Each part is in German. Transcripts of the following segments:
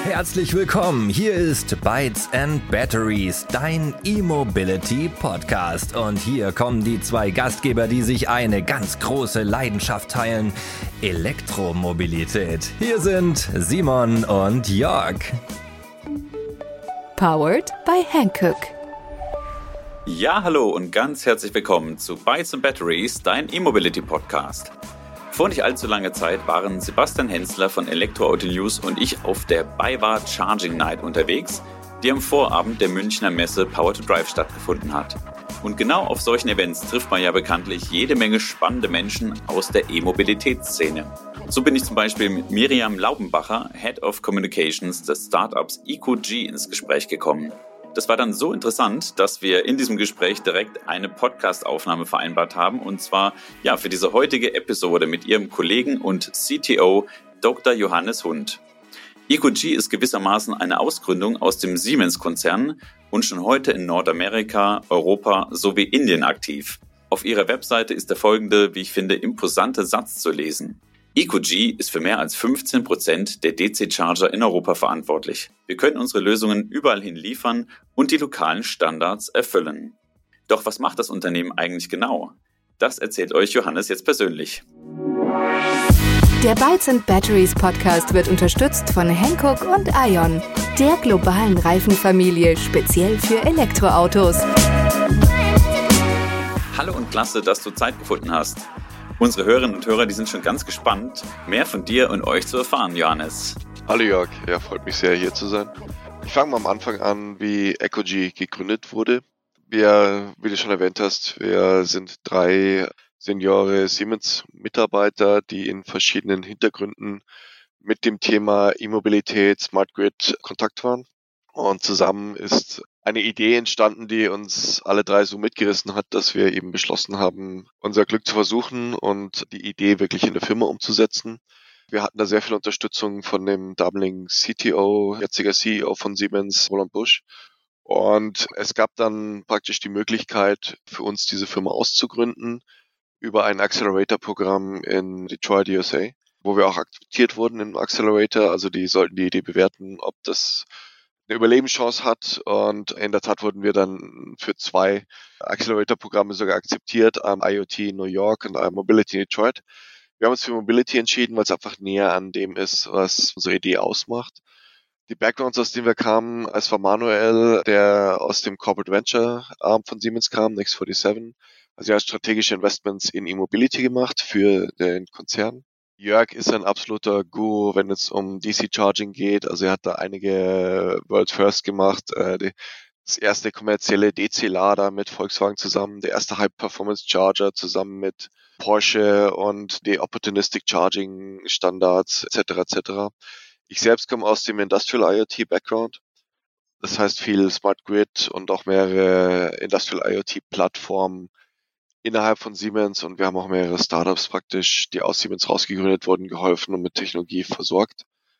Herzlich willkommen, hier ist Bytes and Batteries, dein E-Mobility-Podcast. Und hier kommen die zwei Gastgeber, die sich eine ganz große Leidenschaft teilen: Elektromobilität. Hier sind Simon und Jörg. Powered by Hankook. Ja, hallo und ganz herzlich willkommen zu Bytes and Batteries, dein E-Mobility-Podcast. Vor nicht allzu langer Zeit waren Sebastian Hensler von Elektroauto News und ich auf der BayWa Charging Night unterwegs, die am Vorabend der Münchner Messe Power to Drive stattgefunden hat. Und genau auf solchen Events trifft man ja bekanntlich jede Menge spannende Menschen aus der E-Mobilitätsszene. So bin ich zum Beispiel mit Miriam Laubenbacher, Head of Communications des Startups EcoG, ins Gespräch gekommen. Das war dann so interessant, dass wir in diesem Gespräch direkt eine Podcast-Aufnahme vereinbart haben, und zwar für diese heutige Episode mit ihrem Kollegen und CTO Dr. Johannes Hund. EcoG ist gewissermaßen eine Ausgründung aus dem Siemens-Konzern und schon heute in Nordamerika, Europa sowie Indien aktiv. Auf ihrer Webseite ist der folgende, wie ich finde, imposante Satz zu lesen: EcoG ist für mehr als 15% der DC-Charger in Europa verantwortlich. Wir können unsere Lösungen überall hin liefern und die lokalen Standards erfüllen. Doch was macht das Unternehmen eigentlich genau? Das erzählt euch Johannes jetzt persönlich. Der Bytes and Batteries Podcast wird unterstützt von Hankook und Ion, der globalen Reifenfamilie speziell für Elektroautos. Hallo und klasse, dass du Zeit gefunden hast. Unsere Hörerinnen und Hörer, die sind schon ganz gespannt, mehr von dir und euch zu erfahren, Johannes. Hallo Jörg, ja, freut mich sehr, hier zu sein. Ich fange mal am Anfang an, wie EcoG gegründet wurde. Wir, wie du schon erwähnt hast, wir sind 3 Seniore Siemens-Mitarbeiter, die in verschiedenen Hintergründen mit dem Thema E-Mobilität, Smart Grid Kontakt waren. Und zusammen ist eine Idee entstanden, die uns alle 3 so mitgerissen hat, dass wir eben beschlossen haben, unser Glück zu versuchen und die Idee wirklich in der Firma umzusetzen. Wir hatten da sehr viel Unterstützung von dem damaligen CTO, jetziger CEO von Siemens, Roland Busch. Und es gab dann praktisch die Möglichkeit für uns, diese Firma auszugründen über ein Accelerator-Programm in Detroit, USA, wo wir auch akzeptiert wurden im Accelerator. Also die sollten die Idee bewerten, ob das eine Überlebenschance hat, und in der Tat wurden wir dann für 2 Accelerator-Programme sogar akzeptiert, IoT in New York und Mobility in Detroit. Wir haben uns für Mobility entschieden, weil es einfach näher an dem ist, was unsere Idee ausmacht. Die Backgrounds, aus denen wir kamen: es war Manuel, der aus dem Corporate Venture Arm von Siemens kam, Next47. Also er hat strategische Investments in E-Mobility gemacht für den Konzern. Jörg ist ein absoluter Guru, wenn es um DC-Charging geht. Also er hat da einige World First gemacht. Das erste kommerzielle DC-Lader mit Volkswagen zusammen, der erste High-Performance-Charger zusammen mit Porsche und die Opportunistic Charging Standards etc. etc. Ich selbst komme aus dem Industrial IoT Background. Das heißt viel Smart Grid und auch mehrere Industrial IoT Plattformen innerhalb von Siemens, und wir haben auch mehrere Startups praktisch, die aus Siemens rausgegründet wurden, geholfen und mit Technologie versorgt.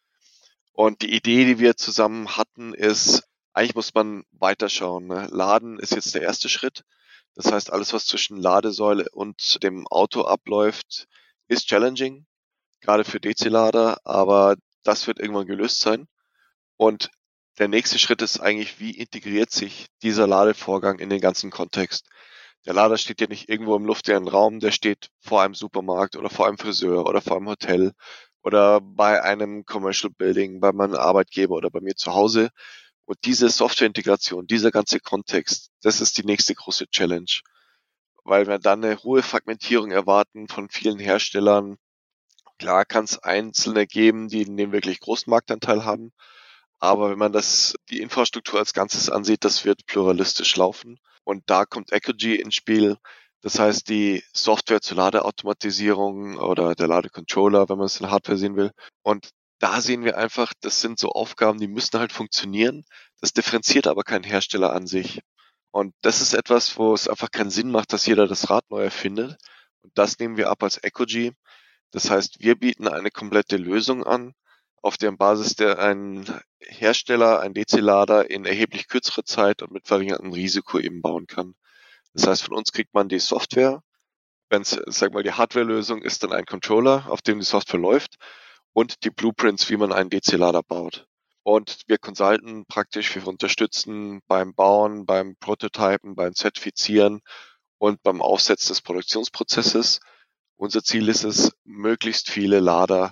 Und die Idee, die wir zusammen hatten, ist, eigentlich muss man weiterschauen. Ne? Laden ist jetzt der erste Schritt. Das heißt, alles, was zwischen Ladesäule und dem Auto abläuft, ist challenging, gerade für DC-Lader, aber das wird irgendwann gelöst sein. Und der nächste Schritt ist eigentlich, wie integriert sich dieser Ladevorgang in den ganzen Kontext? Der Lader steht ja nicht irgendwo im luftleeren Raum, der steht vor einem Supermarkt oder vor einem Friseur oder vor einem Hotel oder bei einem Commercial Building, bei meinem Arbeitgeber oder bei mir zu Hause. Und diese Softwareintegration, dieser ganze Kontext, das ist die nächste große Challenge, weil wir dann eine hohe Fragmentierung erwarten von vielen Herstellern. Klar kann es Einzelne geben, die einen wirklich großen Marktanteil haben, aber wenn man die Infrastruktur als Ganzes ansieht, das wird pluralistisch laufen. Und da kommt EcoG ins Spiel. Das heißt, die Software zur Ladeautomatisierung oder der Ladecontroller, wenn man es in Hardware sehen will. Und da sehen wir einfach, das sind so Aufgaben, die müssen halt funktionieren. Das differenziert aber kein Hersteller an sich. Und das ist etwas, wo es einfach keinen Sinn macht, dass jeder das Rad neu erfindet. Und das nehmen wir ab als EcoG. Das heißt, wir bieten eine komplette Lösung an, auf deren Basis der ein Hersteller, ein DC-Lader in erheblich kürzerer Zeit und mit verringertem Risiko eben bauen kann. Das heißt, von uns kriegt man die Software. Wenn es, die Hardware-Lösung ist, dann ein Controller, auf dem die Software läuft, und die Blueprints, wie man einen DC-Lader baut. Und wir consulten praktisch, wir unterstützen beim Bauen, beim Prototypen, beim Zertifizieren und beim Aufsetzen des Produktionsprozesses. Unser Ziel ist es, möglichst viele Lader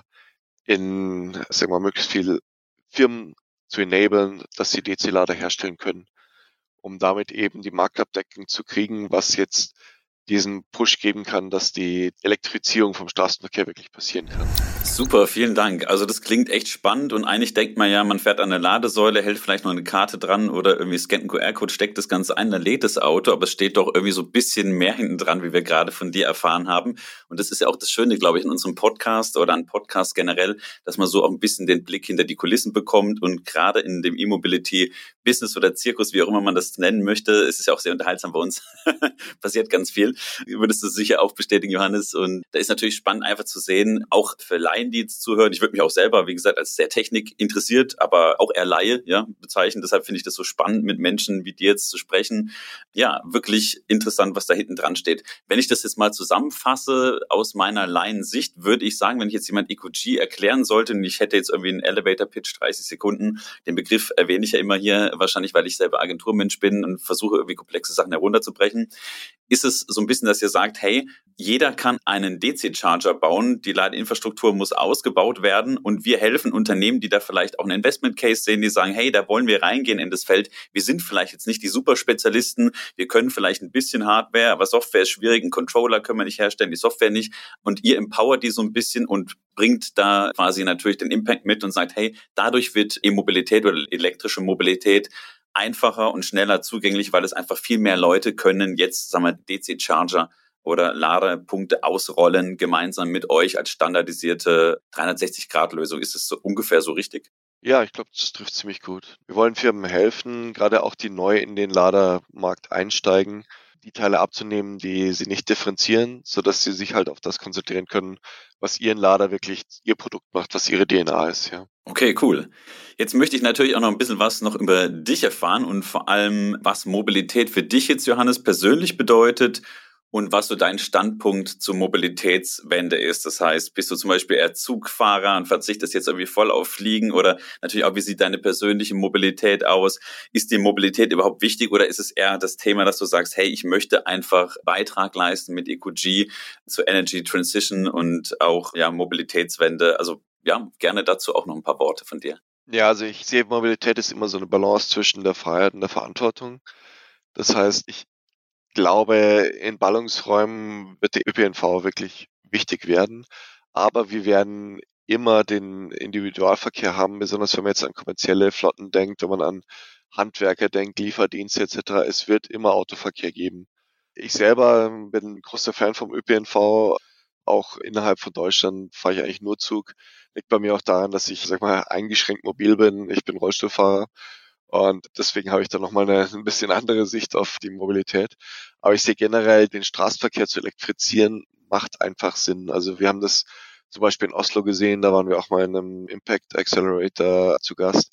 möglichst viele Firmen zu enablen, dass sie DC-Lader herstellen können, um damit eben die Marktabdeckung zu kriegen, was jetzt diesen Push geben kann, dass die Elektrifizierung vom Straßenverkehr wirklich passieren kann. Super, vielen Dank. Also das klingt echt spannend und eigentlich denkt man ja, man fährt an eine Ladesäule, hält vielleicht noch eine Karte dran oder irgendwie scannt einen QR-Code, steckt das Ganze ein, dann lädt das Auto, aber es steht doch irgendwie so ein bisschen mehr hinten dran, wie wir gerade von dir erfahren haben. Und das ist ja auch das Schöne, glaube ich, in unserem Podcast oder an Podcast generell, dass man so auch ein bisschen den Blick hinter die Kulissen bekommt und gerade in dem E-Mobility-Business oder Zirkus, wie auch immer man das nennen möchte, ist es ja auch sehr unterhaltsam bei uns. Passiert ganz viel. Würdest du sicher auch bestätigen, Johannes. Und da ist natürlich spannend einfach zu sehen, auch für Laien, die jetzt zuhören. Ich würde mich auch selber, wie gesagt, als sehr Technik interessiert, aber auch eher Laie, ja, bezeichnen. Deshalb finde ich das so spannend, mit Menschen wie dir jetzt zu sprechen. Ja, wirklich interessant, was da hinten dran steht. Wenn ich das jetzt mal zusammenfasse aus meiner Laiensicht, würde ich sagen, wenn ich jetzt jemand EcoG erklären sollte und ich hätte jetzt irgendwie einen Elevator-Pitch, 30 Sekunden, den Begriff erwähne ich ja immer hier, wahrscheinlich, weil ich selber Agenturmensch bin und versuche irgendwie komplexe Sachen herunterzubrechen, ist es so ein bisschen, dass ihr sagt, hey, jeder kann einen DC-Charger bauen, die Ladeinfrastruktur muss ausgebaut werden und wir helfen Unternehmen, die da vielleicht auch einen Investment-Case sehen, die sagen, hey, da wollen wir reingehen in das Feld. Wir sind vielleicht jetzt nicht die Superspezialisten, wir können vielleicht ein bisschen Hardware, aber Software ist schwierig, einen Controller können wir nicht herstellen, die Software nicht und ihr empowert die so ein bisschen und bringt da quasi natürlich den Impact mit und sagt, hey, dadurch wird E-Mobilität oder elektrische Mobilität einfacher und schneller zugänglich, weil es einfach viel mehr Leute können jetzt, sagen wir, DC-Charger oder Ladepunkte ausrollen, gemeinsam mit euch als standardisierte 360-Grad-Lösung. Ist es so ungefähr so richtig? Ja, ich glaube, das trifft ziemlich gut. Wir wollen Firmen helfen, gerade auch die neu in den Ladermarkt einsteigen, die Teile abzunehmen, die sie nicht differenzieren, sodass sie sich halt auf das konzentrieren können, was ihren Lader wirklich ihr Produkt macht, was ihre DNA ist, ja. Okay, cool. Jetzt möchte ich natürlich auch noch ein bisschen was noch über dich erfahren und vor allem, was Mobilität für dich jetzt, Johannes, persönlich bedeutet und was so dein Standpunkt zur Mobilitätswende ist. Das heißt, bist du zum Beispiel eher Zugfahrer und verzichtest jetzt irgendwie voll auf Fliegen oder natürlich auch, wie sieht deine persönliche Mobilität aus? Ist die Mobilität überhaupt wichtig oder ist es eher das Thema, dass du sagst, hey, ich möchte einfach Beitrag leisten mit EcoG zur Energy Transition und auch ja Mobilitätswende? Also ja, gerne dazu auch noch ein paar Worte von dir. Ja, also ich sehe, Mobilität ist immer so eine Balance zwischen der Freiheit und der Verantwortung. Das heißt, ich glaube, in Ballungsräumen wird der ÖPNV wirklich wichtig werden, aber wir werden immer den Individualverkehr haben, besonders wenn man jetzt an kommerzielle Flotten denkt, wenn man an Handwerker denkt, Lieferdienste etc. Es wird immer Autoverkehr geben. Ich selber bin ein großer Fan vom ÖPNV. Auch innerhalb von Deutschland fahre ich eigentlich nur Zug. Liegt bei mir auch daran, dass ich, sag mal, eingeschränkt mobil bin. Ich bin Rollstuhlfahrer. Und deswegen habe ich da nochmal ein bisschen andere Sicht auf die Mobilität. Aber ich sehe generell, den Straßenverkehr zu elektrifizieren, macht einfach Sinn. Also wir haben das zum Beispiel in Oslo gesehen, da waren wir auch mal in einem Impact Accelerator zu Gast.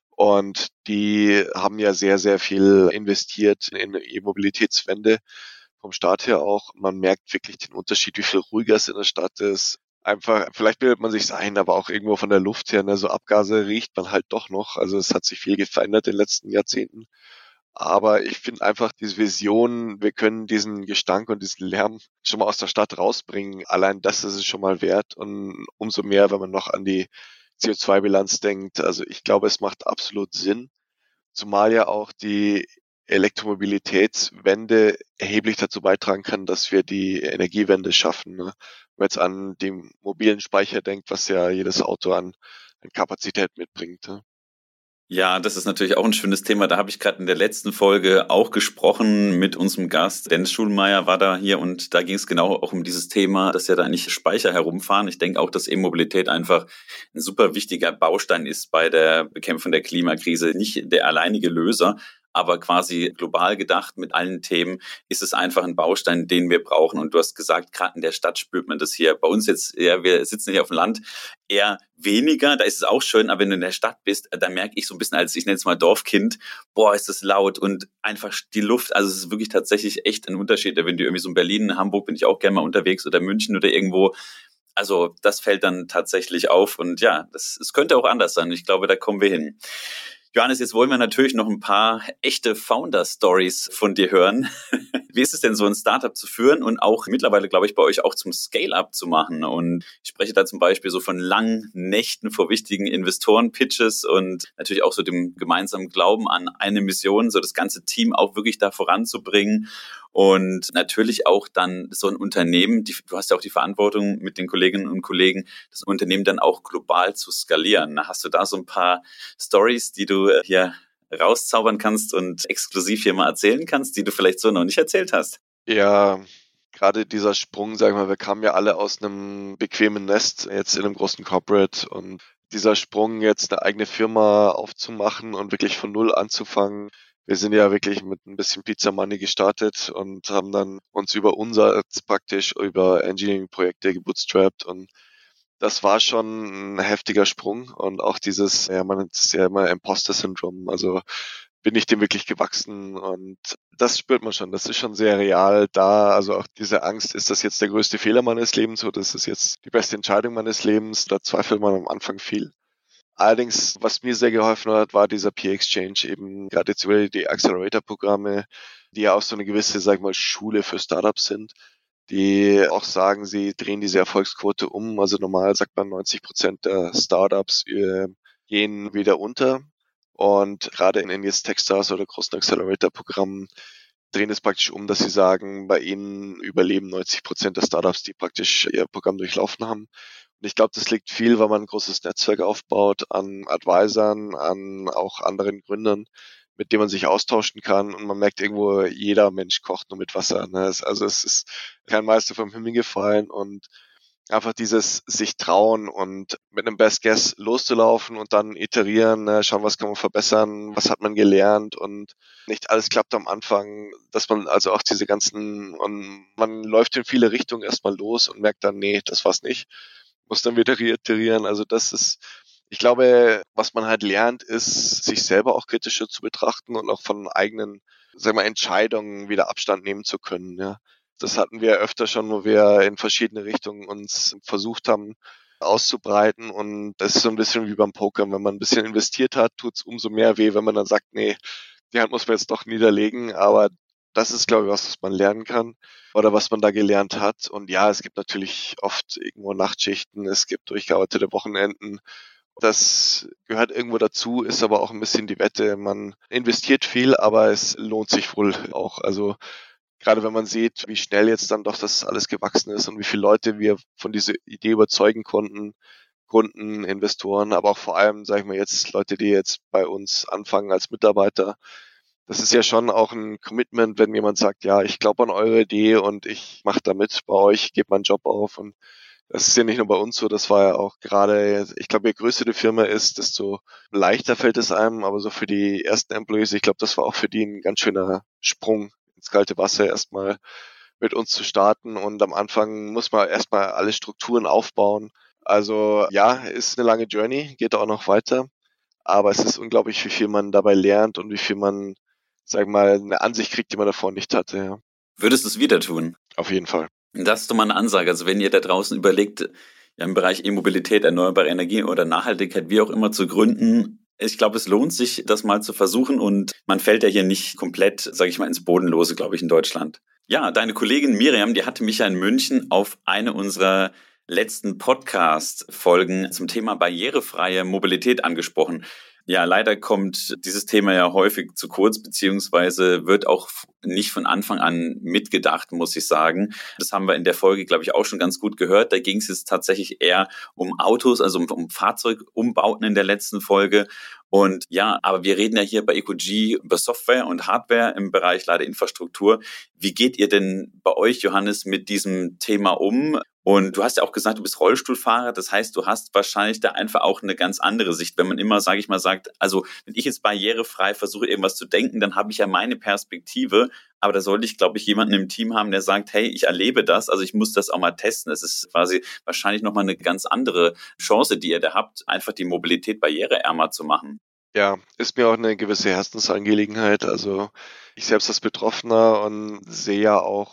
Und die haben ja sehr, sehr viel investiert in E-Mobilitätswende vom Staat her auch. Man merkt wirklich den Unterschied, wie viel ruhiger es in der Stadt ist. Einfach, vielleicht bildet man sich ein, aber auch irgendwo von der Luft her, ne, so Abgase riecht man halt doch noch. Also es hat sich viel verändert in den letzten Jahrzehnten. Aber ich finde einfach diese Vision, wir können diesen Gestank und diesen Lärm schon mal aus der Stadt rausbringen. Allein das ist es schon mal wert. Und umso mehr, wenn man noch an die CO2-Bilanz denkt. Also ich glaube, es macht absolut Sinn. Zumal ja auch die Elektromobilitätswende erheblich dazu beitragen kann, dass wir die Energiewende schaffen. Ne? Wenn man jetzt an den mobilen Speicher denkt, was ja jedes Auto an Kapazität mitbringt. Ne? Ja, das ist natürlich auch ein schönes Thema. Da habe ich gerade in der letzten Folge auch gesprochen mit unserem Gast. Dennis Schulmeier war da hier und da ging es genau auch um dieses Thema, dass ja da nicht Speicher herumfahren. Ich denke auch, dass E-Mobilität einfach ein super wichtiger Baustein ist bei der Bekämpfung der Klimakrise. Nicht der alleinige Löser, aber quasi global gedacht mit allen Themen ist es einfach ein Baustein, den wir brauchen. Und du hast gesagt, gerade in der Stadt spürt man das hier. Bei uns jetzt, ja, wir sitzen hier auf dem Land, eher weniger. Da ist es auch schön, aber wenn du in der Stadt bist, da merke ich so ein bisschen als, ich nenne es mal Dorfkind, boah, ist das laut und einfach die Luft. Also es ist wirklich tatsächlich echt ein Unterschied. Wenn du irgendwie so in Berlin, in Hamburg bin ich auch gerne mal unterwegs oder München oder irgendwo. Also das fällt dann tatsächlich auf und ja, es könnte auch anders sein. Ich glaube, da kommen wir hin. Johannes, jetzt wollen wir natürlich noch ein paar echte Founder-Stories von dir hören. Wie ist es denn, so ein Startup zu führen und auch mittlerweile, glaube ich, bei euch auch zum Scale-up zu machen? Und ich spreche da zum Beispiel so von langen Nächten vor wichtigen Investoren-Pitches und natürlich auch so dem gemeinsamen Glauben an eine Mission, so das ganze Team auch wirklich da voranzubringen. Und natürlich auch dann so ein Unternehmen, du hast ja auch die Verantwortung mit den Kolleginnen und Kollegen, das Unternehmen dann auch global zu skalieren. Hast du da so ein paar Stories, die du hier rauszaubern kannst und exklusiv hier mal erzählen kannst, die du vielleicht so noch nicht erzählt hast? Ja, gerade dieser Sprung, sagen wir mal, wir kamen ja alle aus einem bequemen Nest, jetzt in einem großen Corporate, und dieser Sprung, jetzt eine eigene Firma aufzumachen und wirklich von Null anzufangen. Wir sind ja wirklich mit ein bisschen Pizza Money gestartet und haben dann uns über Umsatz praktisch über Engineering-Projekte gebootstrapped, und das war schon ein heftiger Sprung, und auch dieses, ja, man nennt es ja immer Imposter-Syndrom, also bin ich dem wirklich gewachsen, und das spürt man schon, das ist schon sehr real da, also auch diese Angst, ist das jetzt der größte Fehler meines Lebens oder ist das jetzt die beste Entscheidung meines Lebens, da zweifelt man am Anfang viel. Allerdings, was mir sehr geholfen hat, war dieser Peer Exchange, eben gerade jetzt über die Accelerator-Programme, die ja auch so eine gewisse, sag ich mal, Schule für Startups sind, die auch sagen, sie drehen diese Erfolgsquote um. Also normal sagt man, 90% der Startups gehen wieder unter. Und gerade in jetzt Techstars oder großen Accelerator-Programmen drehen es praktisch um, dass sie sagen, bei ihnen überleben 90% der Startups, die praktisch ihr Programm durchlaufen haben. Und ich glaube, das liegt viel, weil man ein großes Netzwerk aufbaut an Advisern, an auch anderen Gründern, mit denen man sich austauschen kann. Und man merkt irgendwo, jeder Mensch kocht nur mit Wasser. Ne? Also es ist kein Meister vom Himmel gefallen, und einfach dieses sich trauen und mit einem Best Guess loszulaufen und dann iterieren, ne, schauen, was kann man verbessern, was hat man gelernt, und nicht alles klappt am Anfang, dass man also auch diese ganzen, und man läuft in viele Richtungen erstmal los und merkt dann, nee, das war's nicht, muss dann wieder iterieren. Also das ist, ich glaube, was man halt lernt, ist, sich selber auch kritischer zu betrachten und auch von eigenen, sagen wir, Entscheidungen wieder Abstand nehmen zu können, ja. Das hatten wir öfter schon, wo wir in verschiedene Richtungen uns versucht haben auszubreiten, und das ist so ein bisschen wie beim Poker. Wenn man ein bisschen investiert hat, tut es umso mehr weh, wenn man dann sagt, nee, die Hand muss man jetzt doch niederlegen. Aber das ist, glaube ich, was man lernen kann oder was man da gelernt hat. Und ja, es gibt natürlich oft irgendwo Nachtschichten, es gibt durchgearbeitete Wochenenden. Das gehört irgendwo dazu, ist aber auch ein bisschen die Wette. Man investiert viel, aber es lohnt sich wohl auch. Also gerade wenn man sieht, wie schnell jetzt dann doch das alles gewachsen ist und wie viele Leute wir von dieser Idee überzeugen konnten, Kunden, Investoren, aber auch vor allem, sage ich mal jetzt, Leute, die jetzt bei uns anfangen als Mitarbeiter. Das ist ja schon auch ein Commitment, wenn jemand sagt, ja, ich glaube an eure Idee und ich mache da mit bei euch, gebe meinen Job auf. Und das ist ja nicht nur bei uns so, das war ja auch gerade, ich glaube, je größer die Firma ist, desto leichter fällt es einem, aber so für die ersten Employees, ich glaube, das war auch für die ein ganz schöner Sprung ins kalte Wasser, erstmal mit uns zu starten, und am Anfang muss man erstmal alle Strukturen aufbauen. Also ja, ist eine lange Journey, geht auch noch weiter, aber es ist unglaublich, wie viel man dabei lernt und wie viel man, sag mal, eine Ansicht kriegt, die man davor nicht hatte. Ja. Würdest du es wieder tun? Auf jeden Fall. Das ist doch mal eine Ansage. Also wenn ihr da draußen überlegt, ja, im Bereich E-Mobilität, erneuerbare Energien oder Nachhaltigkeit, wie auch immer zu gründen, ich glaube, es lohnt sich, das mal zu versuchen, und man fällt ja hier nicht komplett, sage ich mal, ins Bodenlose, glaube ich, in Deutschland. Ja, deine Kollegin Miriam, die hatte mich ja in München auf eine unserer letzten Podcast-Folgen zum Thema barrierefreie Mobilität angesprochen. Ja, leider kommt dieses Thema ja häufig zu kurz, beziehungsweise wird auch nicht von Anfang an mitgedacht, muss ich sagen. Das haben wir in der Folge, glaube ich, auch schon ganz gut gehört. Da ging es jetzt tatsächlich eher um Autos, also um Fahrzeugumbauten in der letzten Folge. Und ja, aber wir reden ja hier bei EcoG über Software und Hardware im Bereich Ladeinfrastruktur. Wie geht ihr denn bei euch, Johannes, mit diesem Thema um? Und du hast ja auch gesagt, du bist Rollstuhlfahrer. Das heißt, du hast wahrscheinlich da einfach auch eine ganz andere Sicht. Wenn man immer, sage ich mal, sagt, also wenn ich jetzt barrierefrei versuche, irgendwas zu denken, dann habe ich ja meine Perspektive. Aber da sollte ich, glaube ich, jemanden im Team haben, der sagt, hey, ich erlebe das, also ich muss das auch mal testen. Es ist quasi wahrscheinlich nochmal eine ganz andere Chance, die ihr da habt, einfach die Mobilität barriereärmer zu machen. Ja, ist mir auch eine gewisse Herzensangelegenheit. Also ich selbst als Betroffener und sehe ja auch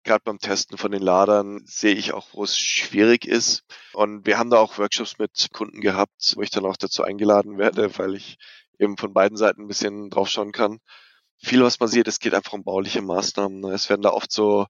gerade beim Testen von den Ladern sehe ich auch, wo es schwierig ist. Und wir haben da auch Workshops mit Kunden gehabt, wo ich dann auch dazu eingeladen werde, weil ich eben von beiden Seiten ein bisschen drauf schauen kann. Viel, was passiert, es geht einfach um bauliche Maßnahmen. Es werden da oft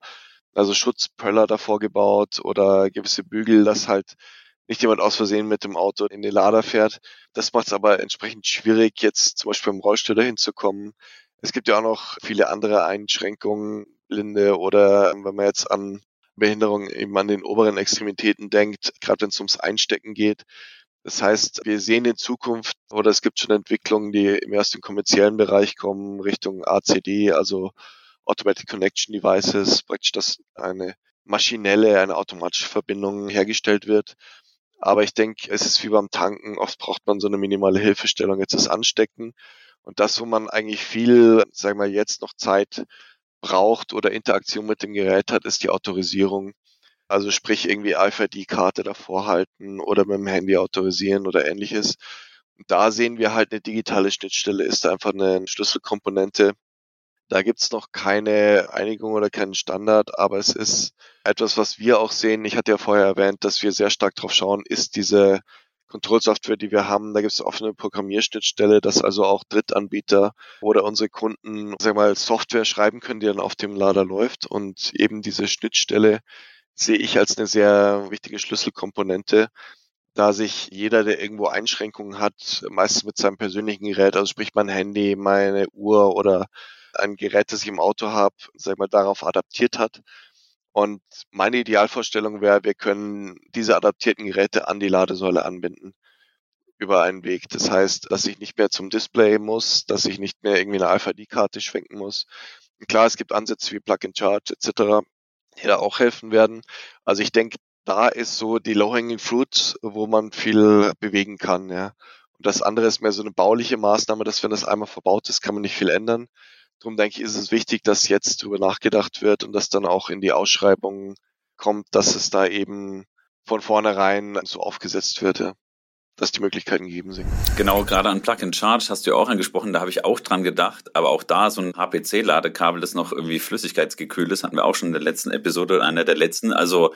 Schutzpöller davor gebaut oder gewisse Bügel, dass halt nicht jemand aus Versehen mit dem Auto in den Lader fährt. Das macht es aber entsprechend schwierig, jetzt zum Beispiel im Rollstuhl dahin zu kommen. Es gibt ja auch noch viele andere Einschränkungen, Blinde oder wenn man jetzt an Behinderung eben an den oberen Extremitäten denkt, gerade wenn es ums Einstecken geht. Das heißt, wir sehen in Zukunft, oder es gibt schon Entwicklungen, die im ersten kommerziellen Bereich kommen, Richtung ACD, also Automatic Connection Devices, praktisch, dass eine automatische Verbindung hergestellt wird. Aber ich denke, es ist wie beim Tanken, oft braucht man so eine minimale Hilfestellung, jetzt das Anstecken. Und das, wo man eigentlich viel, sagen wir jetzt noch Zeit braucht oder Interaktion mit dem Gerät hat, ist die Autorisierung. Also sprich irgendwie RFID-Karte davor halten oder mit dem Handy autorisieren oder ähnliches. Und da sehen wir halt, eine digitale Schnittstelle ist einfach eine Schlüsselkomponente. Da gibt's noch keine Einigung oder keinen Standard, aber es ist etwas, was wir auch sehen. Ich hatte ja vorher erwähnt, dass wir sehr stark drauf schauen, ist diese Kontrollsoftware, die wir haben, da gibt's offene Programmierschnittstelle, dass also auch Drittanbieter oder unsere Kunden, Software schreiben können, die dann auf dem Lader läuft. Und eben diese Schnittstelle sehe ich als eine sehr wichtige Schlüsselkomponente, da sich jeder, der irgendwo Einschränkungen hat, meistens mit seinem persönlichen Gerät, also sprich mein Handy, meine Uhr oder ein Gerät, das ich im Auto habe, darauf adaptiert hat. Und meine Idealvorstellung wäre, wir können diese adaptierten Geräte an die Ladesäule anbinden über einen Weg. Das heißt, dass ich nicht mehr zum Display muss, dass ich nicht mehr irgendwie eine RFID-Karte schwenken muss. Und klar, es gibt Ansätze wie Plug and Charge etc., die da auch helfen werden. Also ich denke, da ist so die Low-Hanging Fruit, wo man viel bewegen kann. Ja. Und das andere ist mehr so eine bauliche Maßnahme, dass wenn das einmal verbaut ist, kann man nicht viel ändern. Darum denke ich, ist es wichtig, dass jetzt darüber nachgedacht wird und dass dann auch in die Ausschreibung kommt, dass es da eben von vornherein so aufgesetzt wird, ja, dass die Möglichkeiten gegeben sind. Genau, gerade an Plug and Charge hast du ja auch angesprochen, da habe ich auch dran gedacht, aber auch da so ein HPC-Ladekabel, das noch irgendwie flüssigkeitsgekühlt ist, hatten wir auch schon in der letzten Episode, einer der letzten, also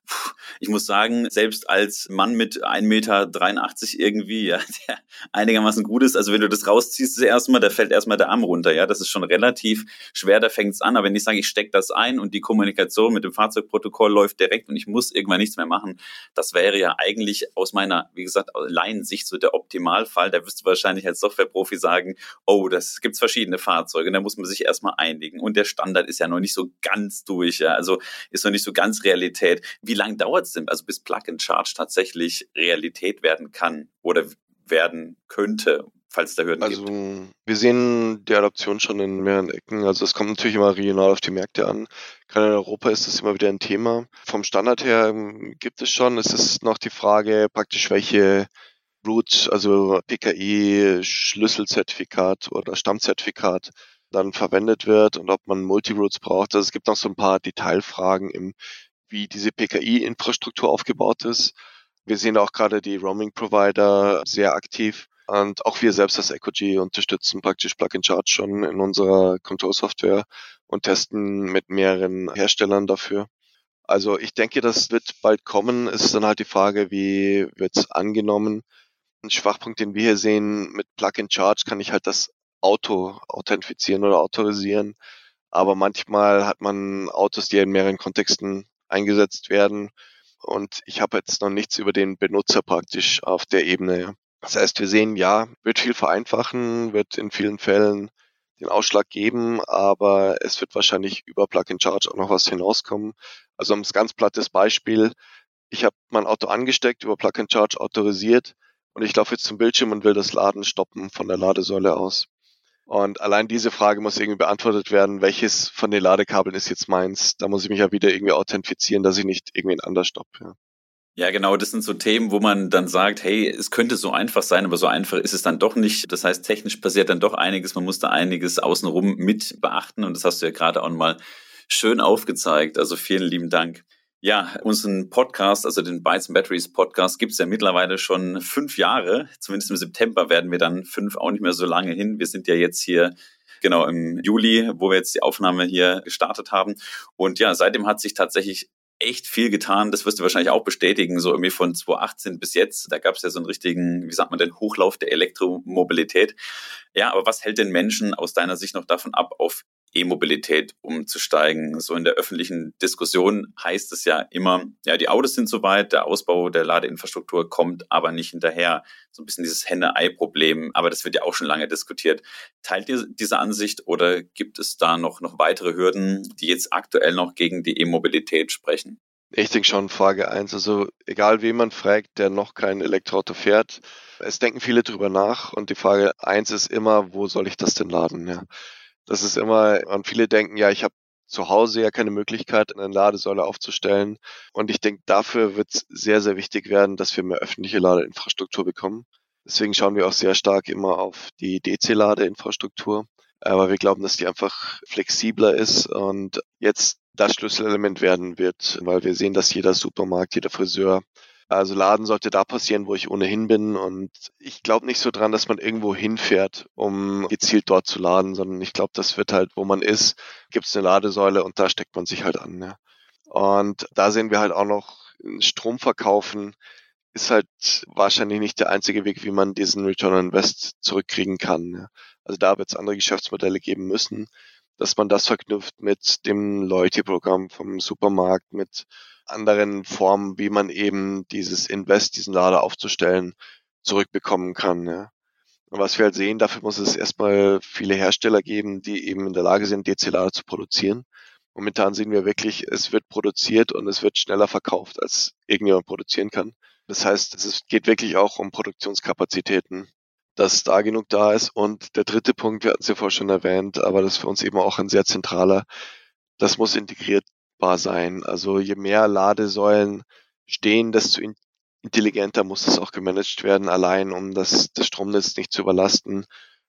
ich muss sagen, selbst als Mann mit 1,83 Meter irgendwie, ja, der einigermaßen gut ist, also wenn du das rausziehst, da fällt erstmal der Arm runter, ja, das ist schon relativ schwer, da fängt's an, aber wenn ich sage, ich stecke das ein und die Kommunikation mit dem Fahrzeugprotokoll läuft direkt und ich muss irgendwann nichts mehr machen, das wäre ja eigentlich aus meiner, wie gesagt, Laiensicht so der Optimalfall, da wirst du wahrscheinlich als Softwareprofi sagen, oh, das gibt's verschiedene Fahrzeuge, und da muss man sich erstmal einigen und der Standard ist ja noch nicht so ganz durch, ja, also ist noch nicht so ganz Realität. Wie lange dauert es denn, also bis Plug and Charge tatsächlich Realität werden kann oder werden könnte, falls da Hürden gibt? Also wir sehen die Adoption schon in mehreren Ecken. Also es kommt natürlich immer regional auf die Märkte an. Gerade in Europa ist das immer wieder ein Thema. Vom Standard her gibt es schon. Es ist noch die Frage praktisch, welche Root, also PKI, Schlüsselzertifikat oder Stammzertifikat dann verwendet wird und ob man Multiroots braucht. Also es gibt noch so ein paar Detailfragen wie diese PKI-Infrastruktur aufgebaut ist. Wir sehen auch gerade die Roaming-Provider sehr aktiv. Und auch wir selbst als Ecogee unterstützen praktisch Plug and Charge schon in unserer Control-Software und testen mit mehreren Herstellern dafür. Also ich denke, das wird bald kommen. Es ist dann halt die Frage, wie wird es angenommen. Ein Schwachpunkt, den wir hier sehen, mit Plug and Charge kann ich halt das Auto authentifizieren oder autorisieren. Aber manchmal hat man Autos, die in mehreren Kontexten eingesetzt werden. Und ich habe jetzt noch nichts über den Benutzer praktisch auf der Ebene. Ja. Das heißt, wir sehen, ja, wird viel vereinfachen, wird in vielen Fällen den Ausschlag geben, aber es wird wahrscheinlich über Plug and Charge auch noch was hinauskommen. Also ein ganz plattes Beispiel. Ich habe mein Auto angesteckt, über Plug and Charge autorisiert und ich laufe jetzt zum Bildschirm und will das Laden stoppen von der Ladesäule aus. Und allein diese Frage muss irgendwie beantwortet werden, welches von den Ladekabeln ist jetzt meins. Da muss ich mich ja wieder irgendwie authentifizieren, dass ich nicht irgendwie ein anderes stoppe. Ja. Ja, genau, das sind so Themen, wo man dann sagt, hey, es könnte so einfach sein, aber so einfach ist es dann doch nicht. Das heißt, technisch passiert dann doch einiges, man muss da einiges außenrum mit beachten und das hast du ja gerade auch mal schön aufgezeigt. Also vielen lieben Dank. Ja, unseren Podcast, also den Bytes and Batteries Podcast, gibt's ja mittlerweile schon 5 Jahre. Zumindest im September werden wir dann 5, auch nicht mehr so lange hin. Wir sind ja jetzt hier genau im Juli, wo wir jetzt die Aufnahme hier gestartet haben. Und ja, seitdem hat sich tatsächlich echt viel getan. Das wirst du wahrscheinlich auch bestätigen, so irgendwie von 2018 bis jetzt. Da gab es ja so einen richtigen, wie sagt man denn, Hochlauf der Elektromobilität. Ja, aber was hält den Menschen aus deiner Sicht noch davon ab, auf E-Mobilität umzusteigen? So in der öffentlichen Diskussion heißt es ja immer, ja, die Autos sind soweit, der Ausbau der Ladeinfrastruktur kommt aber nicht hinterher. So ein bisschen dieses Henne-Ei-Problem, aber das wird ja auch schon lange diskutiert. Teilt ihr diese Ansicht oder gibt es da noch weitere Hürden, die jetzt aktuell noch gegen die E-Mobilität sprechen? Ich denke schon, Frage 1. Also egal wen man fragt, der noch kein Elektroauto fährt, es denken viele drüber nach und die Frage 1 ist immer, wo soll ich das denn laden? Ja. Das ist immer, und viele denken, ja, ich habe zu Hause ja keine Möglichkeit, eine Ladesäule aufzustellen. Und ich denke, dafür wird es sehr, sehr wichtig werden, dass wir mehr öffentliche Ladeinfrastruktur bekommen. Deswegen schauen wir auch sehr stark immer auf die DC-Ladeinfrastruktur, weil wir glauben, dass die einfach flexibler ist und jetzt das Schlüsselelement werden wird, weil wir sehen, dass jeder Supermarkt, jeder Friseur, also Laden sollte da passieren, wo ich ohnehin bin. Und ich glaube nicht so dran, dass man irgendwo hinfährt, um gezielt dort zu laden, sondern ich glaube, das wird halt, wo man ist, gibt es eine Ladesäule und da steckt man sich halt an. Ja. Und da sehen wir halt auch noch, Strom verkaufen ist halt wahrscheinlich nicht der einzige Weg, wie man diesen Return on Invest zurückkriegen kann. Ja. Also da wird es andere Geschäftsmodelle geben müssen, dass man das verknüpft mit dem Loyalty-Programm vom Supermarkt, mit anderen Formen, wie man eben dieses Invest, diesen Lader aufzustellen, zurückbekommen kann. Ja. Und was wir halt sehen, dafür muss es erstmal viele Hersteller geben, die eben in der Lage sind, DC-Lader zu produzieren. Momentan sehen wir wirklich, es wird produziert und es wird schneller verkauft, als irgendjemand produzieren kann. Das heißt, es geht wirklich auch um Produktionskapazitäten, dass da genug da ist. Und der dritte Punkt, wir hatten es ja vorher schon erwähnt, aber das ist für uns eben auch ein sehr zentraler, das muss integrierbar sein. Also je mehr Ladesäulen stehen, desto intelligenter muss das auch gemanagt werden, allein um das Stromnetz nicht zu überlasten,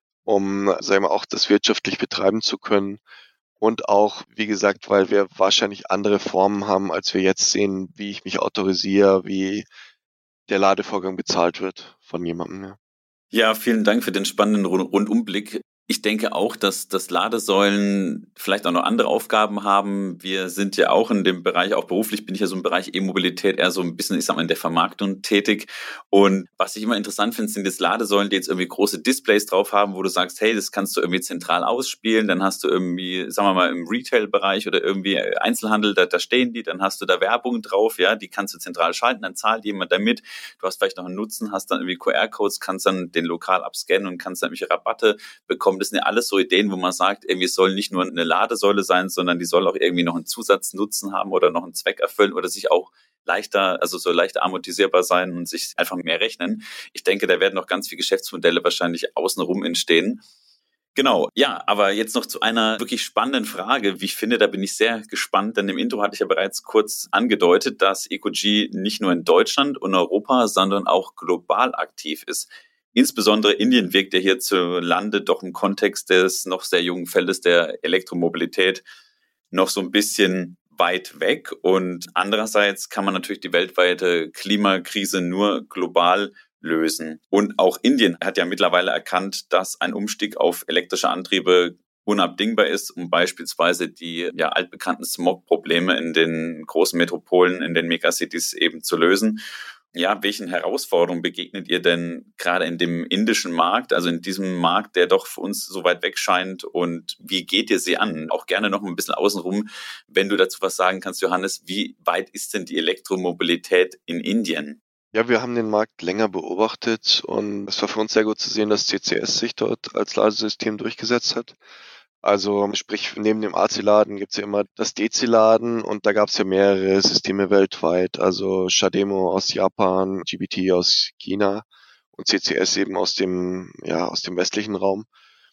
um, sagen wir, auch das wirtschaftlich betreiben zu können. Und auch, wie gesagt, weil wir wahrscheinlich andere Formen haben, als wir jetzt sehen, wie ich mich autorisiere, wie der Ladevorgang bezahlt wird von jemandem. Ja. Ja, vielen Dank für den spannenden Rundumblick. Ich denke auch, dass Ladesäulen vielleicht auch noch andere Aufgaben haben. Wir sind ja auch in dem Bereich, auch beruflich bin ich ja so im Bereich E-Mobilität eher so ein bisschen, ich sag mal, in der Vermarktung tätig. Und was ich immer interessant finde, sind jetzt Ladesäulen, die jetzt irgendwie große Displays drauf haben, wo du sagst, hey, das kannst du irgendwie zentral ausspielen. Dann hast du irgendwie, sagen wir mal, im Retail-Bereich oder irgendwie Einzelhandel, da stehen die, dann hast du da Werbung drauf, ja, die kannst du zentral schalten, dann zahlt jemand damit. Du hast vielleicht noch einen Nutzen, hast dann irgendwie QR-Codes, kannst dann den lokal abscannen und kannst dann irgendwelche Rabatte bekommen. Das sind ja alles so Ideen, wo man sagt, irgendwie es soll nicht nur eine Ladesäule sein, sondern die soll auch irgendwie noch einen Zusatznutzen haben oder noch einen Zweck erfüllen oder sich auch leichter, also so leichter amortisierbar sein und sich einfach mehr rechnen. Ich denke, da werden noch ganz viele Geschäftsmodelle wahrscheinlich außenrum entstehen. Genau, ja, aber jetzt noch zu einer wirklich spannenden Frage, wie ich finde, da bin ich sehr gespannt, denn im Intro hatte ich ja bereits kurz angedeutet, dass Ecog nicht nur in Deutschland und Europa, sondern auch global aktiv ist. Insbesondere Indien wirkt ja hierzulande doch im Kontext des noch sehr jungen Feldes der Elektromobilität noch so ein bisschen weit weg. Und andererseits kann man natürlich die weltweite Klimakrise nur global lösen. Und auch Indien hat ja mittlerweile erkannt, dass ein Umstieg auf elektrische Antriebe unabdingbar ist, um beispielsweise die ja altbekannten Smog-Probleme in den großen Metropolen, in den Megacities eben zu lösen. Ja, welchen Herausforderungen begegnet ihr denn gerade in dem indischen Markt, also in diesem Markt, der doch für uns so weit weg scheint, und wie geht ihr sie an? Auch gerne noch ein bisschen außenrum, wenn du dazu was sagen kannst, Johannes, wie weit ist denn die Elektromobilität in Indien? Ja, wir haben den Markt länger beobachtet und es war für uns sehr gut zu sehen, dass CCS sich dort als Ladesystem durchgesetzt hat. Also sprich, neben dem AC-Laden gibt's ja immer das DC-Laden und da gab's ja mehrere Systeme weltweit. Also Shademo aus Japan, GBT aus China und CCS eben aus dem westlichen Raum.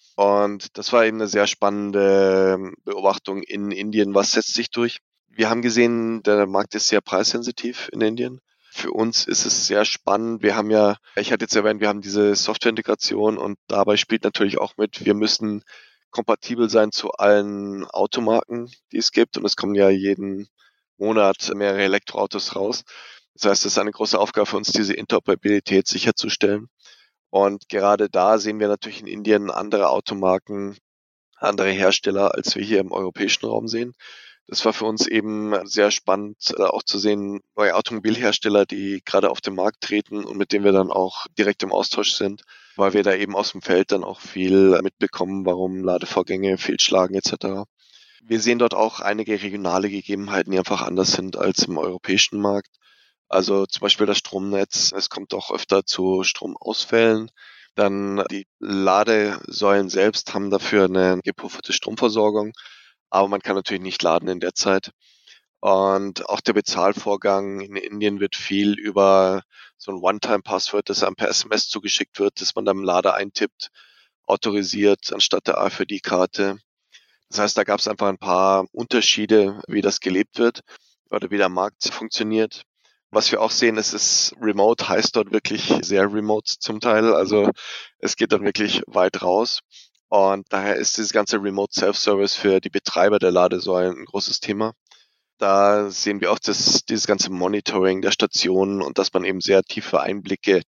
Und das war eben eine sehr spannende Beobachtung in Indien. Was setzt sich durch? Wir haben gesehen, der Markt ist sehr preissensitiv in Indien. Für uns ist es sehr spannend. Ich hatte jetzt erwähnt, wir haben diese Softwareintegration und dabei spielt natürlich auch mit, wir müssen kompatibel sein zu allen Automarken, die es gibt. Und es kommen ja jeden Monat mehrere Elektroautos raus. Das heißt, es ist eine große Aufgabe für uns, diese Interoperabilität sicherzustellen. Und gerade da sehen wir natürlich in Indien andere Automarken andere Hersteller, als wir hier im europäischen Raum sehen. Das war für uns eben sehr spannend, auch zu sehen, neue Automobilhersteller, die gerade auf den Markt treten und mit denen wir dann auch direkt im Austausch sind, weil wir da eben aus dem Feld dann auch viel mitbekommen, warum Ladevorgänge fehlschlagen etc. Wir sehen dort auch einige regionale Gegebenheiten, die einfach anders sind als im europäischen Markt. Also zum Beispiel das Stromnetz, es kommt auch öfter zu Stromausfällen. Dann die Ladesäulen selbst haben dafür eine gepufferte Stromversorgung, aber man kann natürlich nicht laden in der Zeit. Und auch der Bezahlvorgang in Indien wird viel über so ein One-Time-Password, das einem per SMS zugeschickt wird, das man dann im Lader eintippt, autorisiert anstatt der AFID-Karte. Das heißt, da gab es einfach ein paar Unterschiede, wie das gelebt wird oder wie der Markt funktioniert. Was wir auch sehen, ist Remote heißt dort wirklich sehr remote zum Teil. Also es geht dann wirklich weit raus. Und daher ist dieses ganze Remote Self-Service für die Betreiber der Ladesäulen ein großes Thema. Da sehen wir auch dieses ganze Monitoring der Stationen und dass man eben sehr tiefe Einblicke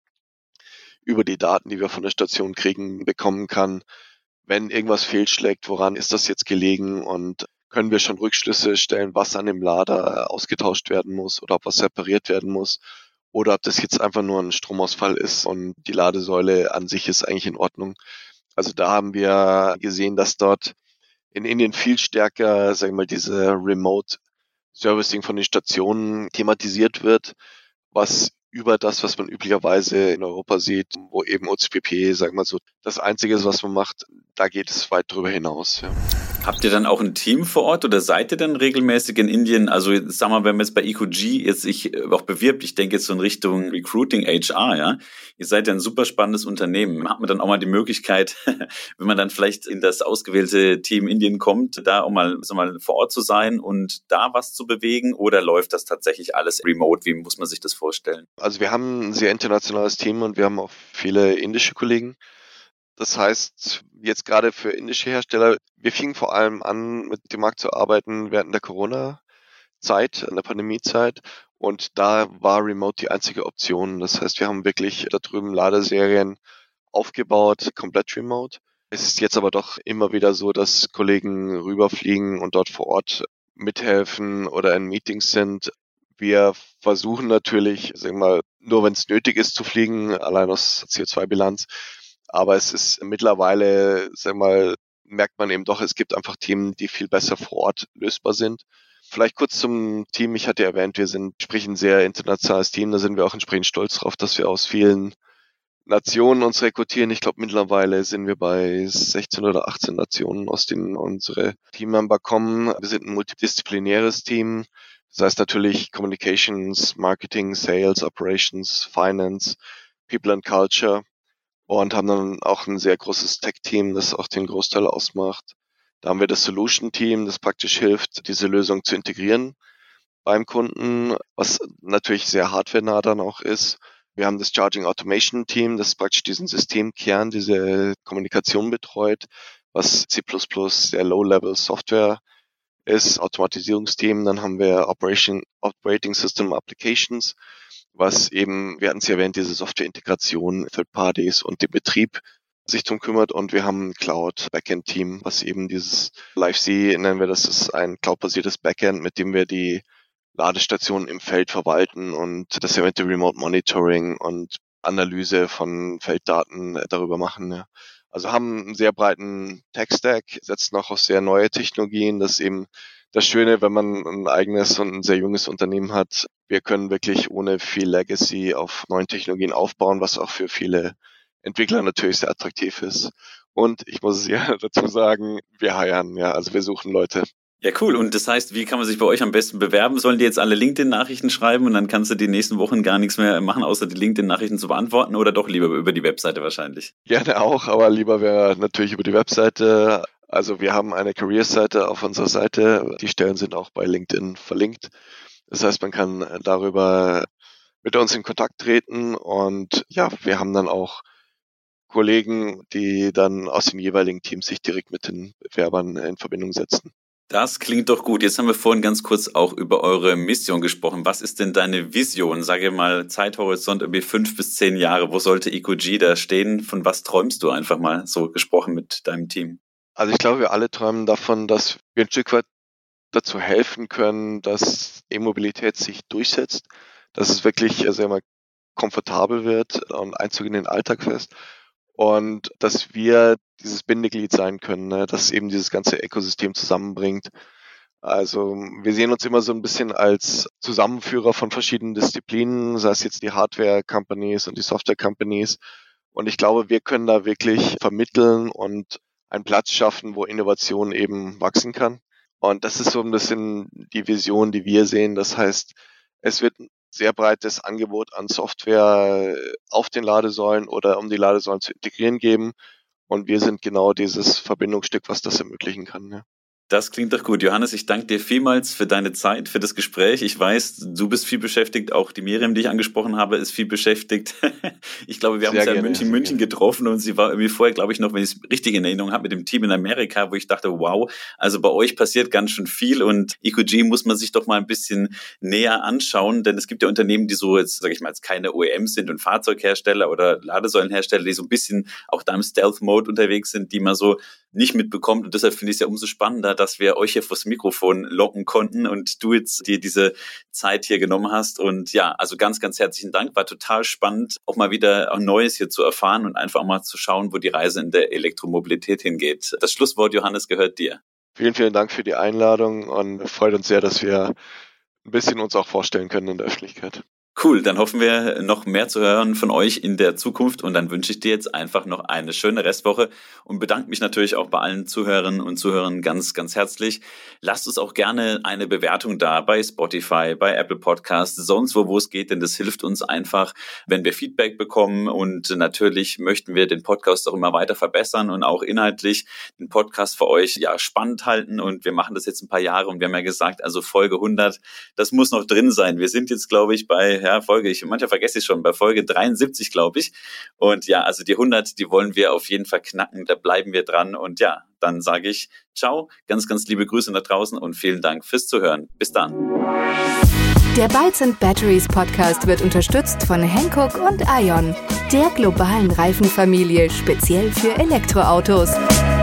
über die Daten, die wir von der Station kriegen, bekommen kann. Wenn irgendwas fehlschlägt, woran ist das jetzt gelegen und können wir schon Rückschlüsse stellen, was an dem Lader ausgetauscht werden muss oder ob was separiert werden muss oder ob das jetzt einfach nur ein Stromausfall ist und die Ladesäule an sich ist eigentlich in Ordnung. Also da haben wir gesehen, dass dort in Indien viel stärker, sagen wir mal, diese Remote Servicing von den Stationen thematisiert wird, was über das, was man üblicherweise in Europa sieht, wo eben OCPP, sagen wir mal so, das Einzige ist, was man macht, da geht es weit drüber hinaus. Ja. Habt ihr dann auch ein Team vor Ort oder seid ihr dann regelmäßig in Indien? Also sag mal, wenn man jetzt bei EcoG jetzt sich auch bewirbt, ich denke jetzt so in Richtung Recruiting HR, ja, ihr seid ja ein super spannendes Unternehmen. Hat man dann auch mal die Möglichkeit, wenn man dann vielleicht in das ausgewählte Team Indien kommt, da auch mal, sag mal vor Ort zu sein und da was zu bewegen oder läuft das tatsächlich alles remote? Wie muss man sich das vorstellen? Also wir haben ein sehr internationales Team und wir haben auch viele indische Kollegen. Das heißt, jetzt gerade für indische Hersteller, wir fingen vor allem an, mit dem Markt zu arbeiten während der Corona-Zeit, in der Pandemiezeit. Und da war Remote die einzige Option. Das heißt, wir haben wirklich da drüben Ladeserien aufgebaut, komplett remote. Es ist jetzt aber doch immer wieder so, dass Kollegen rüberfliegen und dort vor Ort mithelfen oder in Meetings sind. Wir versuchen natürlich, sagen wir mal, nur wenn es nötig ist zu fliegen, allein aus CO2-Bilanz. Aber es ist mittlerweile, sagen wir mal, merkt man eben doch, es gibt einfach Themen, die viel besser vor Ort lösbar sind. Vielleicht kurz zum Team. Ich hatte erwähnt, wir sind ein sehr internationales Team. Da sind wir auch entsprechend stolz drauf, dass wir aus vielen Nationen uns rekrutieren. Ich glaube, mittlerweile sind wir bei 16 oder 18 Nationen, aus denen unsere Teammember kommen. Wir sind ein multidisziplinäres Team. Das heißt natürlich Communications, Marketing, Sales, Operations, Finance, People and Culture. Und haben dann auch ein sehr großes Tech-Team, das auch den Großteil ausmacht. Da haben wir das Solution-Team, das praktisch hilft, diese Lösung zu integrieren beim Kunden, was natürlich sehr hardwarenah dann auch ist. Wir haben das Charging Automation Team, das praktisch diesen Systemkern, diese Kommunikation betreut, was C++, sehr Low-Level Software ist, Automatisierungsteam. Dann haben wir Operating System Applications, was eben, wir hatten es ja erwähnt, diese Softwareintegration, Third-Parties und den Betrieb sich drum kümmert. Und wir haben ein Cloud-Backend-Team, was eben dieses LiveC, nennen wir das, ist ein cloud-basiertes Backend, mit dem wir die Ladestationen im Feld verwalten und das erwähnte Remote Monitoring und Analyse von Felddaten darüber machen. Ja. Also haben einen sehr breiten Tech-Stack, setzen auch auf sehr neue Technologien. Das ist eben das Schöne, wenn man ein eigenes und ein sehr junges Unternehmen hat. Wir können wirklich ohne viel Legacy auf neuen Technologien aufbauen, was auch für viele Entwickler natürlich sehr attraktiv ist. Und ich muss es ja dazu sagen, wir hiren, ja, also wir suchen Leute. Ja, cool. Und das heißt, wie kann man sich bei euch am besten bewerben? Sollen die jetzt alle LinkedIn-Nachrichten schreiben und dann kannst du die nächsten Wochen gar nichts mehr machen, außer die LinkedIn-Nachrichten zu beantworten oder doch lieber über die Webseite wahrscheinlich? Gerne auch, aber lieber wäre natürlich über die Webseite. Also wir haben eine Careers-Seite auf unserer Seite. Die Stellen sind auch bei LinkedIn verlinkt. Das heißt, man kann darüber mit uns in Kontakt treten und ja, wir haben dann auch Kollegen, die dann aus den jeweiligen Teams sich direkt mit den Bewerbern in Verbindung setzen. Das klingt doch gut. Jetzt haben wir vorhin ganz kurz auch über eure Mission gesprochen. Was ist denn deine Vision? Sage mal, Zeithorizont irgendwie 5 bis 10 Jahre. Wo sollte EcoG da stehen? Von was träumst du einfach mal so gesprochen mit deinem Team? Also ich glaube, wir alle träumen davon, dass wir ein Stück weit dazu helfen können, dass E-Mobilität sich durchsetzt, dass es wirklich immer komfortabel wird und Einzug in den Alltag fest und dass wir dieses Bindeglied sein können, ne, dass eben dieses ganze Ökosystem zusammenbringt. Also wir sehen uns immer so ein bisschen als Zusammenführer von verschiedenen Disziplinen, sei es jetzt die Hardware-Companies und die Software-Companies. Und ich glaube, wir können da wirklich vermitteln und einen Platz schaffen, wo Innovation eben wachsen kann. Und das ist so ein bisschen die Vision, die wir sehen. Das heißt, es wird ein sehr breites Angebot an Software auf den Ladesäulen oder um die Ladesäulen zu integrieren geben. Und wir sind genau dieses Verbindungsstück, was das ermöglichen kann. Ja. Das klingt doch gut. Johannes, ich danke dir vielmals für deine Zeit, für das Gespräch. Ich weiß, du bist viel beschäftigt. Auch die Miriam, die ich angesprochen habe, ist viel beschäftigt. Ich glaube, wir haben uns ja in München getroffen und sie war irgendwie vorher, glaube ich, noch, wenn ich es richtig in Erinnerung habe, mit dem Team in Amerika, wo ich dachte, wow, also bei euch passiert ganz schön viel und EcoG muss man sich doch mal ein bisschen näher anschauen, denn es gibt ja Unternehmen, die so jetzt, sage ich mal, jetzt keine OEMs sind und Fahrzeughersteller oder Ladesäulenhersteller, die so ein bisschen auch da im Stealth-Mode unterwegs sind, die man so nicht mitbekommt und deshalb finde ich es ja umso spannender, dass wir euch hier vors Mikrofon locken konnten und du jetzt dir diese Zeit hier genommen hast und ja, also ganz, ganz herzlichen Dank, war total spannend, auch mal wieder auch Neues hier zu erfahren und einfach mal zu schauen, wo die Reise in der Elektromobilität hingeht. Das Schlusswort, Johannes, gehört dir. Vielen, vielen Dank für die Einladung und freut uns sehr, dass wir ein bisschen uns auch vorstellen können in der Öffentlichkeit. Cool, dann hoffen wir noch mehr zu hören von euch in der Zukunft und dann wünsche ich dir jetzt einfach noch eine schöne Restwoche und bedanke mich natürlich auch bei allen Zuhörerinnen und Zuhörern ganz, ganz herzlich. Lasst uns auch gerne eine Bewertung da bei Spotify, bei Apple Podcasts, sonst wo es geht, denn das hilft uns einfach, wenn wir Feedback bekommen und natürlich möchten wir den Podcast auch immer weiter verbessern und auch inhaltlich den Podcast für euch ja spannend halten und wir machen das jetzt ein paar Jahre und wir haben ja gesagt, also Folge 100, das muss noch drin sein. Wir sind jetzt, glaube ich, bei manchmal vergesse ich schon, bei Folge 73, glaube ich. Und ja, also die 100, die wollen wir auf jeden Fall knacken, da bleiben wir dran. Und ja, dann sage ich ciao, ganz, ganz liebe Grüße da draußen und vielen Dank fürs Zuhören. Bis dann. Der Bytes & Batteries Podcast wird unterstützt von Hankook und Ion, der globalen Reifenfamilie speziell für Elektroautos.